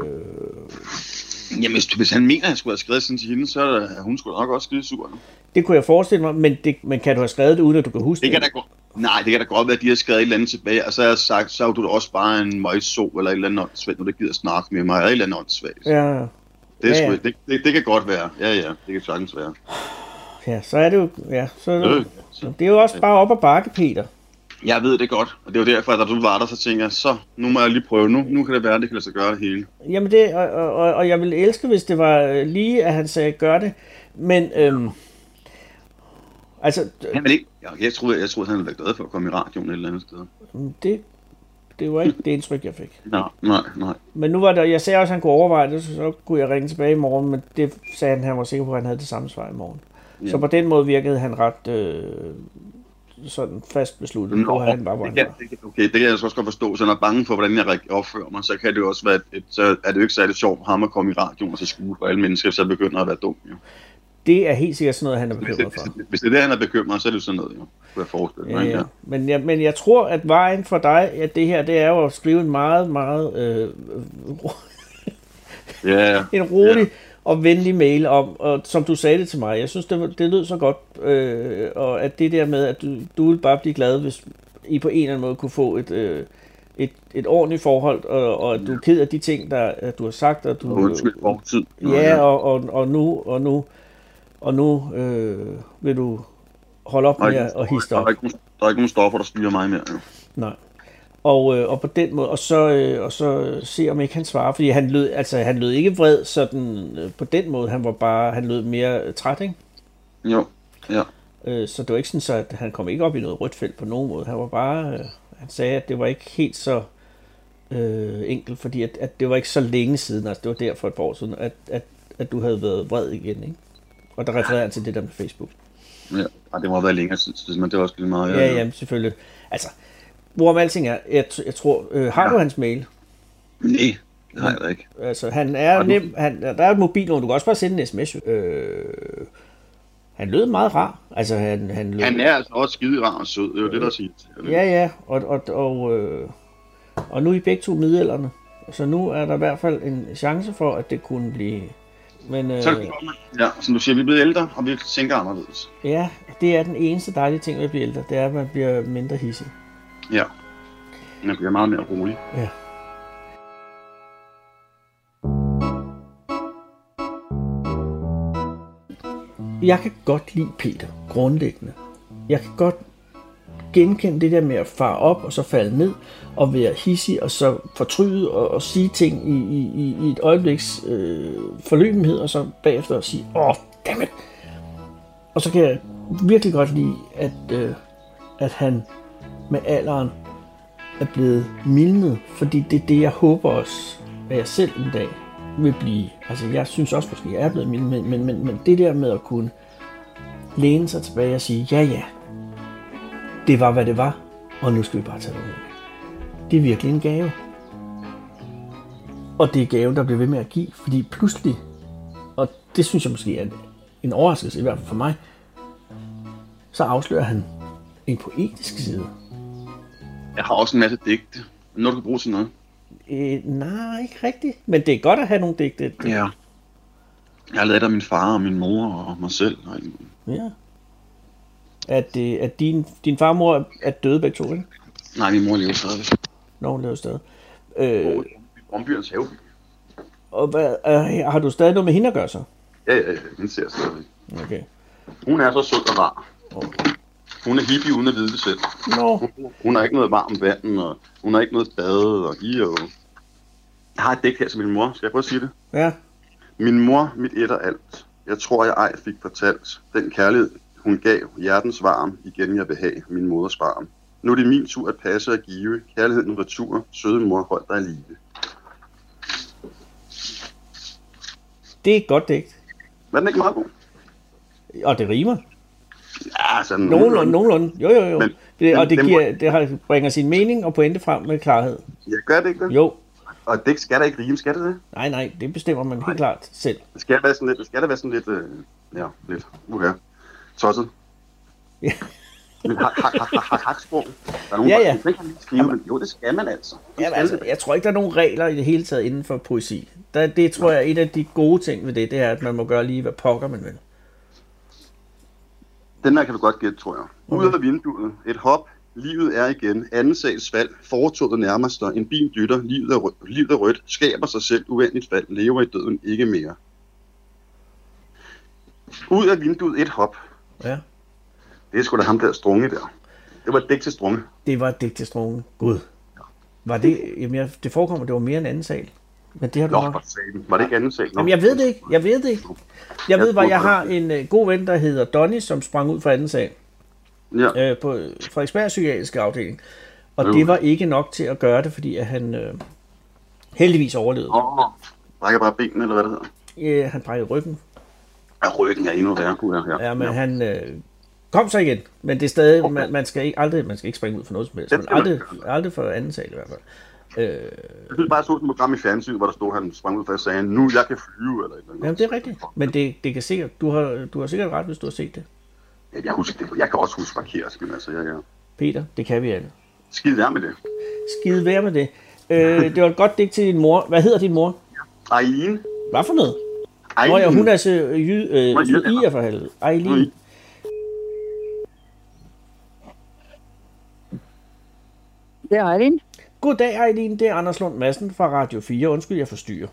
Jamen, hvis han mener, at jeg skulle have skrevet sådan til hende, så er hun skulle nok også skide sur. Det kunne jeg forestille mig, men kan du have skrevet det, uden at du kan huske det? Nej, det kan da godt være, at de har skrevet et eller andet tilbage, og så har jeg sagt, så er du da også bare en møjso, eller et eller andet åndssvagt, når du gider snakke med mig, eller et eller andet åndssvagt. Ja. Det kan godt være. Ja, det kan sagtens være. Ja, så er det jo... Ja, så det er jo også bare op ad bakke, Peter. Jeg ved det godt, og det var derfor, at da du var der, så tænker jeg, så nu må jeg lige prøve. Nu kan det være, at det kan lade sig gøre det hele. Jamen det, og jeg ville elske, hvis det var lige, at han sagde, gør det. Men, Han vil ikke. Jeg troede, at han ville være glad for at komme i radioen et eller andet sted. Det var ikke det indtryk, jeg fik. Nej. Men nu var det, jeg sagde også, at han kunne overveje det, så kunne jeg ringe tilbage i morgen, men det sagde han var sikker på, at han havde det samme svar i morgen. Ja. Så på den måde virkede han ret sådan fast besluttet på, at han var, hvor han var. Okay, det kan jeg også godt forstå. Så han er bange for, hvordan jeg opfører mig, så kan det jo også være, så er det jo ikke særlig sjovt for ham at komme i radioen og så skue for alle mennesker, så begynder at være dum, jo. Det er helt sikkert sådan noget, han er bekymret for. Hvis det er det, han er bekymret, så er det jo sådan noget, jo. Kunne jeg forestille mig. Ja. Men jeg tror, at vejen for dig, at det her, det er jo at skrive en meget, meget en rolig og venlig mail om, og som du sagde det til mig, jeg synes, det lød så godt, og at det der med, at du ville bare blive glad, hvis I på en eller anden måde kunne få et ordentligt forhold, og at du er ked af de ting, der du har sagt, og du... Undskyld, fortid. Ja, og nu vil du holde op med at hisse op. Der er ikke nogen stoffer, der styrer mig mere. Jo. Nej. Og på den måde, og så se om ikke han svarer, fordi han lød ikke vred sådan på den måde, han lød mere træt, ikke? Jo, ja. Så det var ikke sådan, så at han kom ikke op i noget rødt felt på nogen måde. Han var bare, han sagde, at det var ikke helt så enkelt, fordi at det var ikke så længe siden, altså det var der for et par år siden, at du havde været vred igen, ikke? Og der refererede han til det der med Facebook. Ja, det må have været længere siden, men det var også lidt meget... Ja, selvfølgelig. Altså, hvorom alting er, jeg tror, har du hans mail? Nej, det har jeg da ikke. Altså, han er nem, der er et mobilnummer, du kan også bare sende en sms. Han lød meget rar. Altså, han er altså også skide rar og sød, det er jo det, der siger. Ja, og nu er I begge to middelalderne. Så nu er der i hvert fald en chance for, at det kunne blive... Men, så som du siger, vi er blevet ældre, og vi tænker anderledes. Ja, det er den eneste dejlige ting ved at blive ældre, det er, at man bliver mindre hidsig. Ja, man bliver meget mere rolig. Ja. Jeg kan godt lide Peter, grundlæggende. Jeg kan godt genkende det der med at fare op, og så falde ned, og være hidsig, og så fortryde, og sige ting i et øjebliks forløbenhed, og så bagefter sige, dammit! Og så kan jeg virkelig godt lide, at han med alderen er blevet mildnet, fordi det er det, jeg håber også, at jeg selv en dag vil blive. Altså, jeg synes også måske, at jeg er blevet mildnet, men det der med at kunne læne sig tilbage og sige, ja, det var, hvad det var, og nu skal vi bare tage det ud. Det er virkelig en gave. Og det er gaven, der bliver ved med at give, fordi pludselig, og det synes jeg måske er en overraskelse, i hvert fald for mig, så afslører han en poetisk side. Jeg har også en masse digte. Når du kan bruge til noget? Nej, ikke rigtigt. Men det er godt at have nogle digte. Ja. Jeg har lavet af min far og min mor og mig selv. Ja. At din far og mor er døde begge to, ikke? Nej, min mor lever stadig. Nå, hun lever stadig. Brøndbyens Haveby. Og har du stadig noget med hende at gøre så? Ja, hende ser jeg stadig. Okay. Hun er så sød og rar. Okay. Hun er hippie uden at vide det selv. No. Hun har ikke noget varmt vand, og hun har ikke noget bade og Jeg har et digt her til min mor. Skal jeg prøve at sige det? Ja. Min mor, mit et og alt. Jeg tror, jeg ej fik fortalt. Den kærlighed, hun gav hjertens varm. Igen jeg vil have min moders barn. Nu er det min tur at passe og give. Kærligheden retur. Søde mor, hold dig i live. Det er et godt digt. Var den ikke meget god? Og det rimer. Ja, sådan nogenlunde. Jo. Men, det bringer sin mening og pointe frem med klarhed. Ja, gør det ikke det? Jo. Og det skal der ikke rime, skal det det? Nej, det bestemmer man helt klart selv. Det skal være sådan lidt, tosset. Ja. Haksprung. Ja. Jo, det skal man altså. Jeg tror ikke, der er nogen regler i det hele taget inden for poesi. Det tror jeg er et af de gode ting ved det er, at man må gøre lige, hvad pokker man vil. Den her kan du godt gætte, tror jeg. Okay. Ud af vinduet, et hop, livet er igen, anden sals fald, fortoget nærmer sig, en bil dytter, livet er rødt, skaber sig selv, uendeligt fald, lever i døden ikke mere. Ud af vinduet, et hop. Ja. Det er sgu da ham der Strunge der. Det var et digt til Strunge. Det var et digt til Strunge. Gud. Var det, jamen det forekommer, det var mere en anden sal. Men det har du nok. Var det ikke anden sal? Jamen jeg ved det ikke. Jeg ved bare, jeg har en god ven, der hedder Donny, som sprang ud fra anden sal. Ja. På Frederiksberg psykiatriske afdeling. Og det var ikke nok til at gøre det, fordi at han heldigvis overlevede. Brækker bare benene, eller hvad det hedder? Ja, han brækkede ryggen. Ja, ryggen er endnu værre, kunne jeg. Ja, men Kom så igen. Men det er stadig, okay. man skal ikke springe ud for noget som helst. Men aldrig for anden sal i hvert fald. Jeg synes bare, så et program i fjernsyn, hvor der stod, han sprang ud for at sige, nu jeg kan flyve, eller et eller andet. Jamen, det er rigtigt. Men det kan sikkert, du har sikkert ret, hvis du har set det. Ja, jeg kan også huske parkersken, altså. Ja. Peter, det kan vi alle. Skide vær med det. Skide vær med det. Det var et godt digt til din mor. Hvad hedder din mor? Eileen. Hvad for noget? Eileen. Ja, hun er så i for helvede. Eileen. Det er Eileen. Goddag, Eileen. Det er Anders Lund Madsen fra Radio 4. Undskyld, jeg forstyrrer.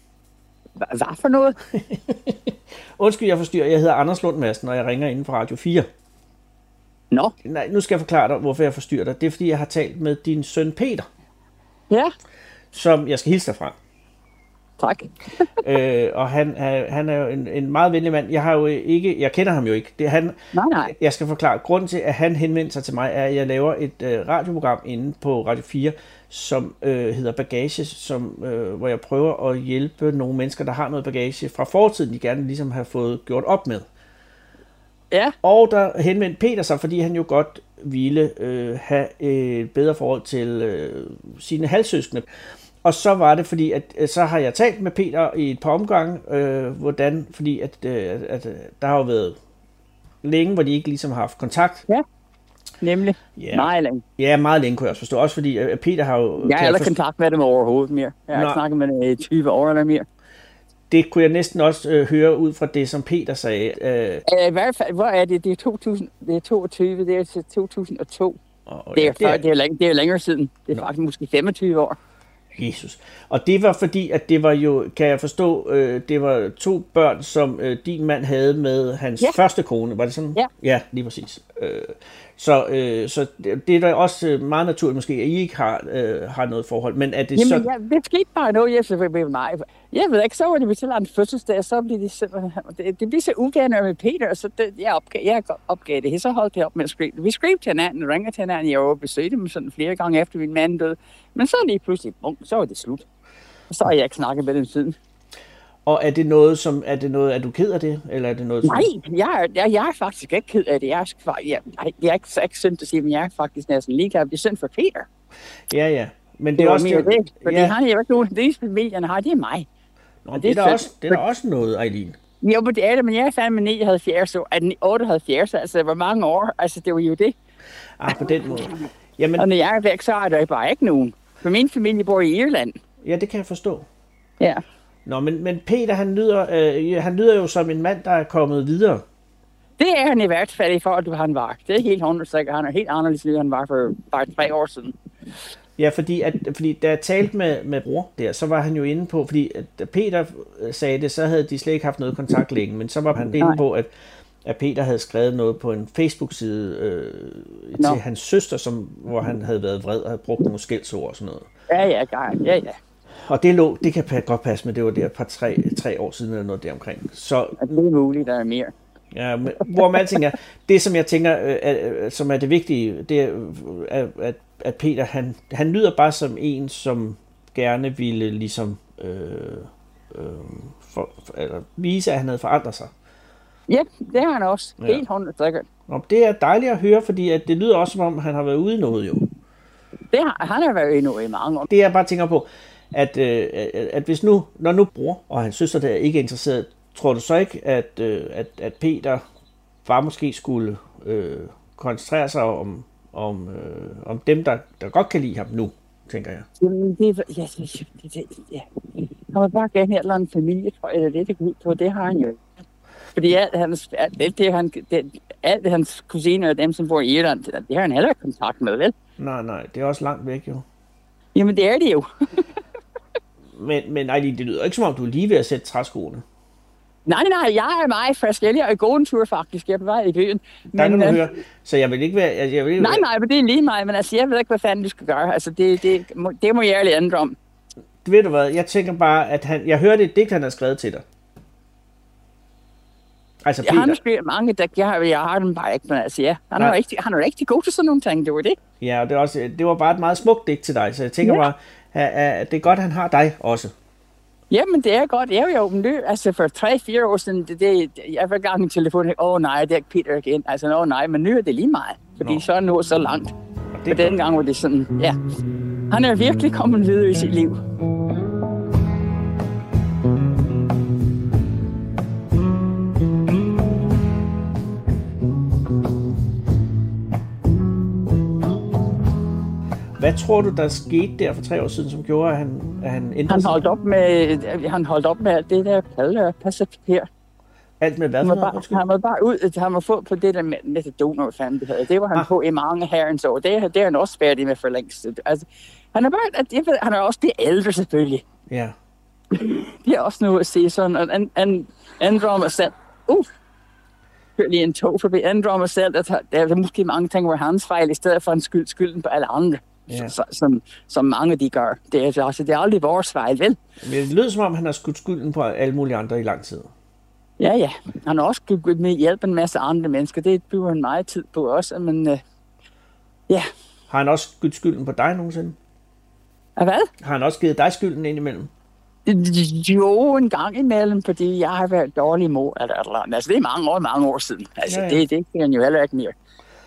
Hvad for noget? Undskyld, jeg forstyrrer. Jeg hedder Anders Lund Madsen, og jeg ringer inden fra Radio 4. Nå? Nej, nu skal jeg forklare dig, hvorfor jeg forstyrrer dig. Det er, fordi jeg har talt med din søn Peter. Ja. Som jeg skal hilse dig fra. Tak. Og han er jo en meget venlig mand. Jeg kender ham jo ikke. Det er han. Nej. Jeg skal forklare. Grunden til, at han henvendte sig til mig, er, at jeg laver et radioprogram inde på Radio 4, som hedder Bagage, hvor jeg prøver at hjælpe nogle mennesker, der har noget bagage fra fortiden, de gerne ligesom har fået gjort op med. Ja. Og der henvendte Peter sig, fordi han jo godt ville have et bedre forhold til sine halvsøskende. Og så var det, fordi at så har jeg talt med Peter i et par omgange, fordi at der har jo været længe, hvor de ikke ligesom har haft kontakt. Ja, nemlig. Yeah. Meget længe. Ja, meget længe kunne jeg også forstå. også fordi at Peter har jo... Jeg har aldrig kontakt med dem overhovedet mere. Jeg har ikke snakket med dem i 20 år eller mere. Det kunne jeg næsten også høre ud fra det, som Peter sagde. I hvert fald, hvor er det? Det er 2022, det er til 2002. Det er længere siden. Det er faktisk måske 25 år. Jesus. Og det var fordi, at det var jo, kan jeg forstå, det var 2 børn, som din mand havde med hans første kone. Var det sådan? Ja. Ja, lige præcis. Så det er da også meget naturligt måske, at I ikke har noget forhold. Men er det så... Jamen, det skete bare noget, med mig. Jeg ved ikke, så var det ved til en fødselsdag, så blev det blev så uvenner med Peter, og så jeg opgav det. Så holdt det op med at skrive. Vi skrev til hinanden, ringer til hinanden. Jeg var besøgt dem sådan flere gange efter min mand døde. Men så lige pludselig, så var det slut. Og så har jeg ikke snakket med dem siden. Og er det noget, er du ked af det? Eller er det noget, Nej, jeg er faktisk ikke ked af det. Jeg er ikke synd at sige, men jeg er faktisk næsten ligeglad. Det er synd for Peter. Ja. Men det er også det. Fordi han er jo ikke nogen, det familien har, det er mig. Nå, det er da også noget, Eileen. Jo, men det er det, men jeg er fandme 79 år. Er den 78, altså hvor mange år? Altså, det var jo det. På den måde. Jamen... Og når jeg er væk, så er der bare ikke nogen. For min familie bor i Irland. Ja, det kan jeg forstå. Ja. Nå, men Peter, han lyder jo som en mand, der er kommet videre. Det er han i hvert fald i forhold til, han var. Det er helt 100%. Han er helt anderledes, end han var for bare 3 år siden. Ja, fordi da jeg talte med bror der, så var han jo inde på, fordi at Peter sagde det, så havde de slet ikke haft noget kontakt længe, men så var han inde på, at Peter havde skrevet noget på en Facebook-side til hans søster, hvor han havde været vred og havde brugt nogle skældsord og sådan noget. Ja. Og det kan godt passe, men det var der par 3 år siden eller noget deromkring. Så det er muligt, der er mere. Ja, men hvor man tænker, det som jeg tænker, som er det vigtige, det er, at Peter, han lyder bare som en, som gerne ville ligesom vise, at han havde forandret sig. Ja, det har han også. Helt 100%. Og det er dejligt at høre, fordi at det lyder også, som om han har været ude i noget jo. Han har været ude i noget i mange år. Det jeg bare tænker på, at hvis nu, når nu bror og hans søster der ikke er interesseret, tror du så ikke, at Peter bare måske skulle koncentrere sig om dem, der godt kan lide ham nu, tænker jeg? Han vil bare gerne have et eller andet familie, tror jeg, eller det ud på. Det har han jo. Fordi alt hans kusiner og dem, som bor i Irland, det har han heller ikke kontakt med, vel? Nej, det er også langt væk jo. Jamen, det er det jo. men Eileen, det lyder ikke som om, du er lige ved at sætte træskoene. Nej, jeg er meget forskellig og i god en tur faktisk. Jeg er på vej i byen. Der kan du høre. Så jeg vil ikke være... Nej, men det er lige mig. Men altså, jeg ved ikke, hvad fanden du skal gøre. Altså, det må jeg ærligt ændre om. Ved du hvad, jeg tænker bare, at jeg hørte et digt, han har skrevet til dig. Altså Peter. Han har skrevet mange digt. Jeg har dem bare ikke, men altså ja. Han er rigtig god til sådan nogle ting, det var det. Ja, og det var bare et meget smukt digt til dig, så jeg tænker bare, at det er godt, han har dig også. Jamen, det er godt. Jeg er jo nu, altså for 3-4 år siden, jeg var gang i telefonen, nej, det er ikke Peter igen. Altså, nej, men nu er det lige meget, fordi så er nu så langt. Og den gang var det sådan, ja. Han er virkelig kommet videre i sit liv. Hvad tror du, der skete der for 3 år siden, som gjorde, at han ændrede sig? Han holdt op med alt det der passager. Alt med hvad? Han var bare ud, han var fået på det der metadon, hvad fanden det havde. Det var han på i mange herrens år. Det er han også færdig med for længst. Altså, han er bare, han er også det ældre selvfølgelig. Ja. Det er også noget at se sådan, og ændrer mig selv. Kør lige en tog forbi, ændrer mig selv, at der er måske mange ting, hvor hans fejl, i stedet for en skylden på alle andre. Ja. Som mange de gør. Det er aldrig vores fejl, vel? Men det lyder som om, han har skudt skylden på alle mulige andre i lang tid. Ja. Han har også gået med hjælp en masse andre mennesker. Det bruger han meget tid på også, men ja. Har han også skudt skylden på dig nogensinde? Hvad? Har han også givet dig skylden indimellem? Jo, en gang imellem, fordi jeg har været dårlig mor. Altså, det er mange år siden. Altså, ja. Det kan han jo heller ikke mere.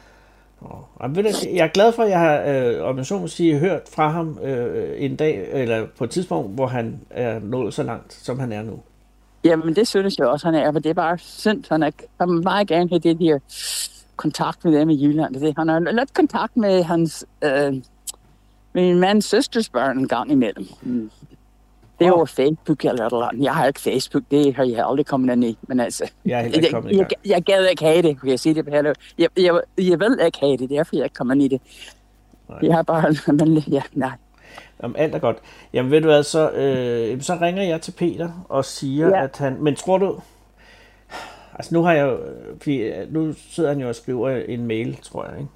Jeg er glad for, at jeg har, om jeg så må sige, hørt fra ham en dag, eller på et tidspunkt, hvor han er nået så langt, som han er nu. Jamen, det synes jeg også, han er, for det er bare synd. Han vil meget gerne have det her kontakt med dem i Jylland. Han har lidt kontakt med hans, min mands søsters børn en gang imellem. Det er over Facebook eller jeg har ikke Facebook, det har jeg aldrig kommet ind i, men altså, jeg gad ikke have det, kunne jeg sige det på her. Jeg vil ikke have det, derfor jeg ikke kommer ind i det. Nej. Jeg har bare, nej. Jamen, alt er godt. Jamen, ved du hvad, så ringer jeg til Peter og siger, at han, men tror du, altså nu sidder han jo og skriver en mail, tror jeg,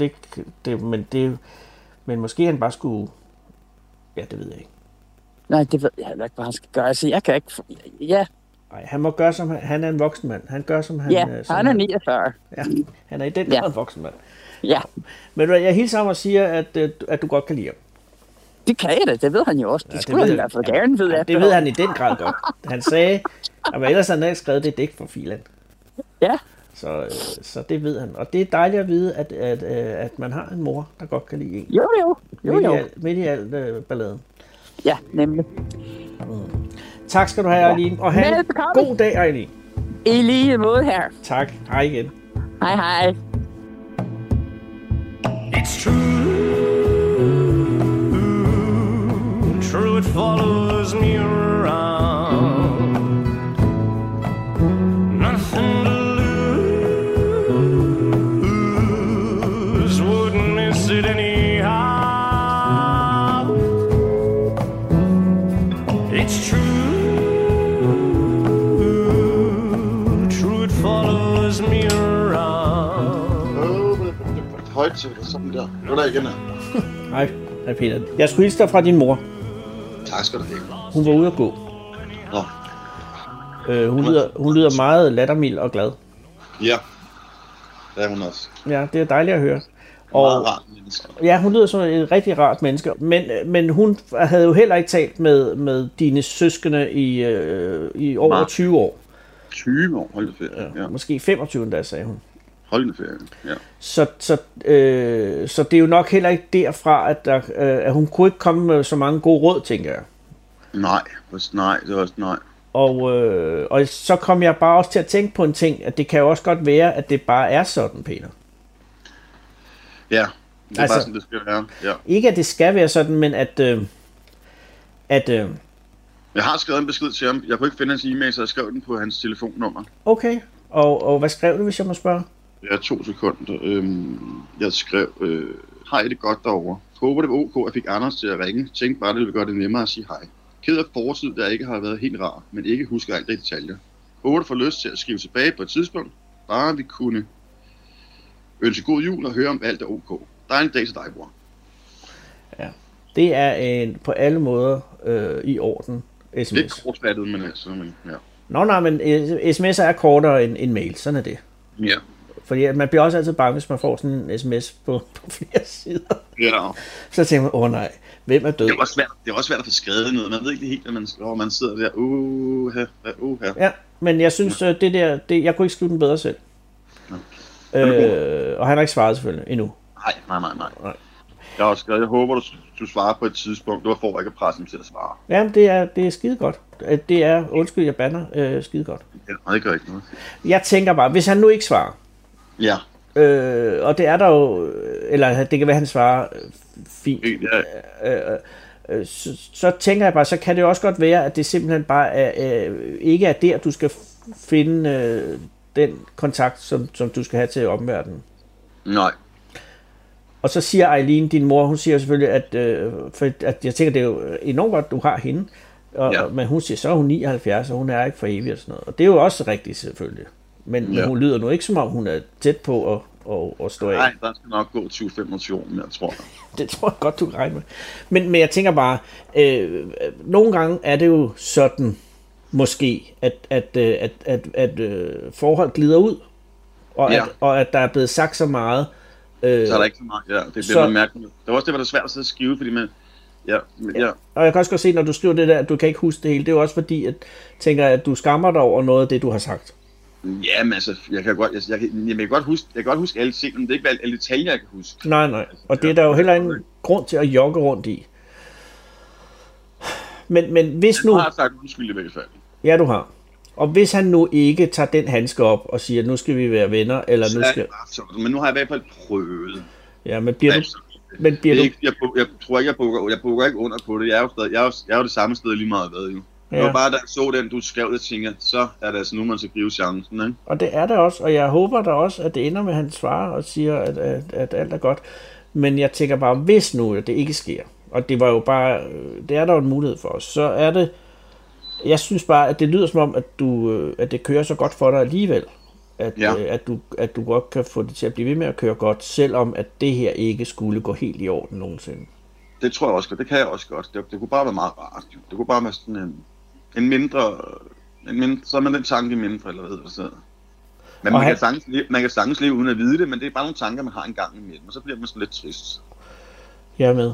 ikke? Men måske han bare skulle, det ved jeg ikke. Nej, det ved jeg ikke, hvad han skal gøre. Altså, jeg kan ikke... Ja. Nej, han må gøre som han er en voksen mand. Han gør som han... Ja, han er 49. Ja, han er i den grad en voksen mand. Ja. Men jeg hilser ham og siger, at du godt kan lide ham. Det kan jeg da, det ved han jo også. Det skulle han i hvert fald gerne vide. Det ved han i den grad godt. Han sagde, at ellers han havde skrevet det digt for filen. Ja. Så det ved han. Og det er dejligt at vide, at man har en mor, der godt kan lide en. Jo. Midt i al balladen. Ja, nemlig. Tak skal du have, Eileen. Og have en god dag, Eileen. I lige måde her. Tak. Hej igen. Hej. It's true it follows me around. Nothing to lose, wouldn't miss it anyhow. It's true it follows me around. Højt til sådan der. Nu er der igen her. Hej Peter. Jeg skulle hilse dig fra din mor. Tak skal du have. Hun var ude at gå. Nå. Hun lyder meget lattermild og glad. Ja, det er hun også. Ja, det er dejligt at høre. Meget rart menneske. Ja, hun lyder som et rigtig rart menneske. Men hun havde jo heller ikke talt med dine søskende i over 20 år. 20 år, hold da ferie. Ja. Måske 25, da sagde hun. Hold da ferie, ja. Så det er jo nok heller ikke derfra, at hun kunne ikke komme med så mange gode råd, tænker jeg. Nej, det var også nej. Og så kom jeg bare også til at tænke på en ting, at det kan jo også godt være, at det bare er sådan, Peter. Ja, det er bare sådan, det skal være. Ja. Ikke at det skal være sådan, men at jeg har skrevet en besked til ham. Jeg kunne ikke finde hans e-mail, så jeg skrev den på hans telefonnummer. Okay, og hvad skrev du, hvis jeg må spørge? Ja, 2 sekunder. Jeg skrev, hej, det er godt derovre. Håber det var ok, jeg fik Anders til at ringe. Tænkte bare, det ville gøre det nemmere at sige hej. Ked af fortid, der ikke har været helt rar, men ikke husker alt i detaljer. Håber du får lyst til at skrive tilbage på et tidspunkt. Bare vi kunne ønske god jul og høre om alt er ok. Der er en dag til dig, bror. Ja, det er på alle måder i orden sms. Det er kortfattet, men altså, ja. Men sms'er er kortere end mail, sådan er det. Ja. Fordi man bliver også altid bange, hvis man får sådan en sms på flere sider. Ja. Så tænker man, nej, hvem er død? Det er også svært at få skrevet noget. Man ved ikke helt, hvor man sidder der. Her. Ja, men jeg synes, jeg kunne ikke skrive den bedre selv. Og han har ikke svaret selvfølgelig endnu. Nej. Jeg har også skrevet, jeg håber, du svarer på et tidspunkt. Det var for ikke at presse dem til at svare. Ja, det er skide godt. Det er, undskyld, jeg bander, skide godt. Ja, det gør ikke noget. Jeg tænker bare, hvis han nu ikke svarer. Ja. Og det er der jo, eller det kan være, han svarer fint. Ja. Så tænker jeg bare, så kan det også godt være, at det simpelthen bare ikke er der, du skal finde den kontakt, som du skal have til omverdenen. Nej. Og så siger Eileen, din mor, hun siger selvfølgelig, at jeg tænker, det er jo enormt godt, du har hende. Men hun siger, så er hun 79, og hun er ikke for evigt og sådan noget. Og det er jo også rigtigt selvfølgelig. Men hun lyder nu ikke, som om hun er tæt på at stå af. Nej, der skal nok gå 20-25 år, jeg tror. Det tror jeg godt, du kan regne med. Men jeg tænker bare, nogle gange er det jo sådan, måske, at forhold glider ud, og at der er blevet sagt så meget. Så er der ikke så meget, ja. Det bliver mærkeligt. Det var også det, var det svært at sidde og skrive, fordi man... Ja. Og jeg kan også godt se, når du skriver det der, at du kan ikke huske det hele. Det er jo også fordi, at tænker, at du skammer dig over noget af det, du har sagt. Ja, men altså, jeg kan godt huske alle ting, men det er ikke alle detaljer, jeg kan huske. Nej. Og det er der jo heller ingen grund til at jogge rundt i. Men hvis nu... Jeg har sagt undskyld i hvert fald. Ja, du har. Og hvis han nu ikke tager den handske op og siger, at nu skal vi være venner, eller nu skal... Men nu har jeg i hvert fald prøvet. Ja, men bliver du... Jeg tror ikke, jeg bukker ikke under på det. Jeg er jo det samme sted lige meget hvad, jo. Ja. Det var bare, da jeg så den, du skrev det, tænker, så er det altså nu, man skal gribe chancen, ikke? Og det er det også, og jeg håber da også, at det ender med, at han svarer og siger, at alt er godt. Men jeg tænker bare, hvis nu det ikke sker, og det var jo bare, det er der jo en mulighed for os, så er det, jeg synes bare, at det lyder som om, at det kører så godt for dig alligevel. At du godt kan få det til at blive ved med at køre godt, selvom at det her ikke skulle gå helt i orden nogensinde. Det tror jeg også godt, det kan jeg også godt. Det kunne bare være meget rart. Det kunne bare være sådan en mindre, så er man den tanke mindre, eller hvad det så. Men man kan sagtens leve uden at vide det, men det er bare nogle tanker, man har en gang imellem, og så bliver man sådan lidt trist. Jeg er med.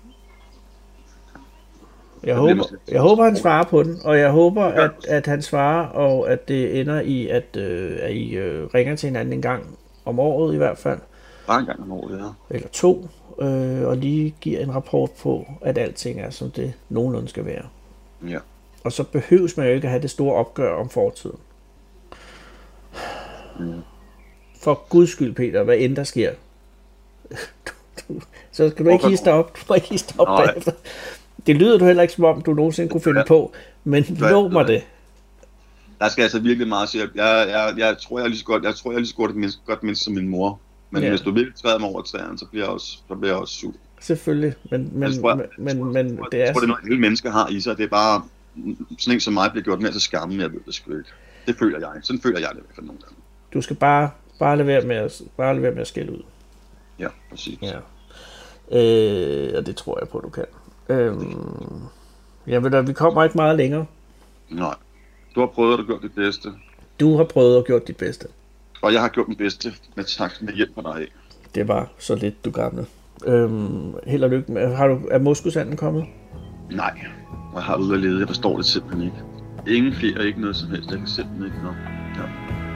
Jeg håber, han svarer på den, og jeg håber, at han svarer, og at det ender i, at I ringer til hinanden en gang om året i hvert fald. Bare en gang om året, ja. Eller 2, og lige giver en rapport på, at alting er, som det nogenlunde skal være. Ja. Og så behøves man jo ikke at have det store opgør om fortiden. Ja. For guds skyld, Peter, hvad end der sker. Så skal du ikke hisse dig op. Du må ikke hisse dig op bagefter. Det lyder du heller ikke, som om du nogensinde kunne finde på, men lov mig det. Der skal altså virkelig meget til. Jeg tror, jeg er lige så godt et menneske som min mor. Men hvis du virkelig træder mig over træerne, så bliver jeg også sur. Selvfølgelig, men det er... Jeg tror, det er noget, alle mennesker har i sig. Det er bare, sådan en som mig bliver gjort mere til skamme, jeg ved det sgu ikke. Det føler jeg. Sådan føler jeg det i hvert fald nogle gange. Du skal bare lade være med at skælde ud. Ja, præcis. Ja. Og det tror jeg på, du kan. Vi kommer ikke meget længere. Nej. Du har prøvet at gøre dit bedste. Du har prøvet at gøre dit bedste. Og jeg har gjort mit bedste med hjælp fra dig. Det var så lidt, du gamle. Held og lykke med. Er moskusanden kommet? Nej. Og jeg har ude at lede. Jeg forstår det simpelthen ikke. Ingen flere, ikke noget som helst. Jeg kan simpelthen ikke noget. Ja.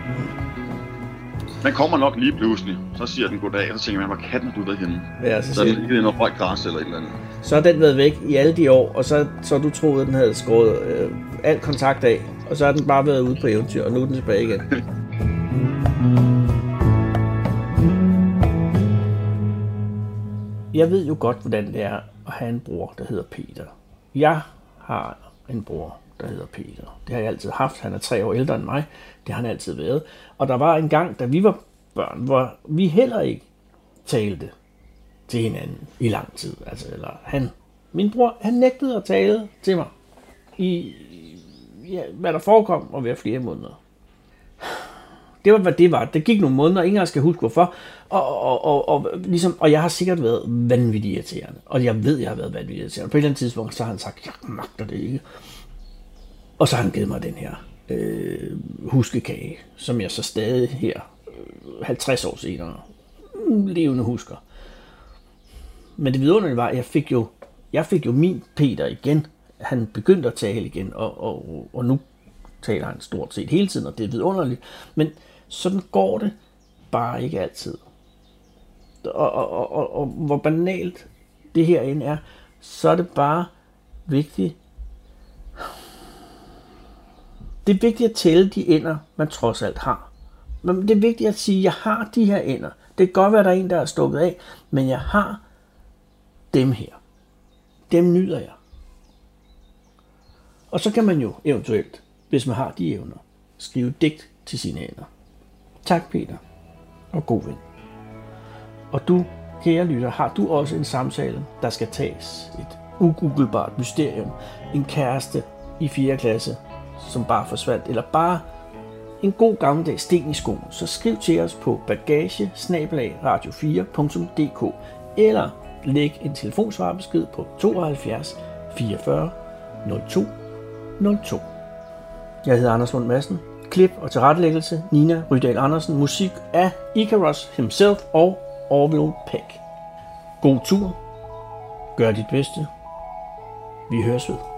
Man kommer nok lige pludselig. Så siger den goddag, og så tænker man, hvor katten er du derhenne? Ja, så er den ikke noget højt græs eller et eller andet. Så har den været væk i alle de år, og så du troede, at den havde skåret al kontakt af. Og så har den bare været ude på eventyr, og nu er den tilbage igen. Jeg ved jo godt, hvordan det er at have en bror, der hedder Peter. Jeg har en bror, der hedder Peter. Det har jeg altid haft. Han er 3 år ældre end mig. Det har han altid været. Og der var en gang, da vi var børn, hvor vi heller ikke talte til hinanden i lang tid. Min bror, han nægtede at tale til mig i hvad der forekom at være flere måneder. Det var, hvad det var. Det gik nogle måneder, ingen skal huske hvorfor. Og jeg har sikkert været vanvittigt irriterende. Og jeg ved, jeg har været vanvittigt irriterende. På et eller andet tidspunkt, så har han sagt, jeg magter det ikke. Og så har han givet mig den her huskekage, som jeg så stadig her 50 år senere. Levende husker. Men det vidunderlige var, at jeg fik jo min Peter igen. Han begyndte at tale igen, og nu taler han stort set hele tiden, og det er vidunderligt. Men sådan går det bare ikke altid. Og hvor banalt det her end er, så er det bare vigtigt. Det er vigtigt at tælle de ender, man trods alt har. Men det er vigtigt at sige, at jeg har de her ender. Det kan godt være, at der er en, der er stukket af, men jeg har dem her. Dem nyder jeg. Og så kan man jo eventuelt, hvis man har de evner, skrive digt til sine ender. Tak, Peter. Og god ven. Og du, kære lytter, har du også en samtale, der skal tages? Et ugooglebart mysterium. En kæreste i 4. klasse, som bare forsvandt, eller bare en god gammeldags sten i skoen, så skriv til os på bagage@radio4.dk eller læg en telefonsvarbesked på 72 44 02 02. Jeg hedder Anders Lund Madsen. Klip og tilrettelæggelse Nina Rydal Andersen. Musik af Icarus himself og Orville Peck. God tur. Gør dit bedste. Vi høres ved.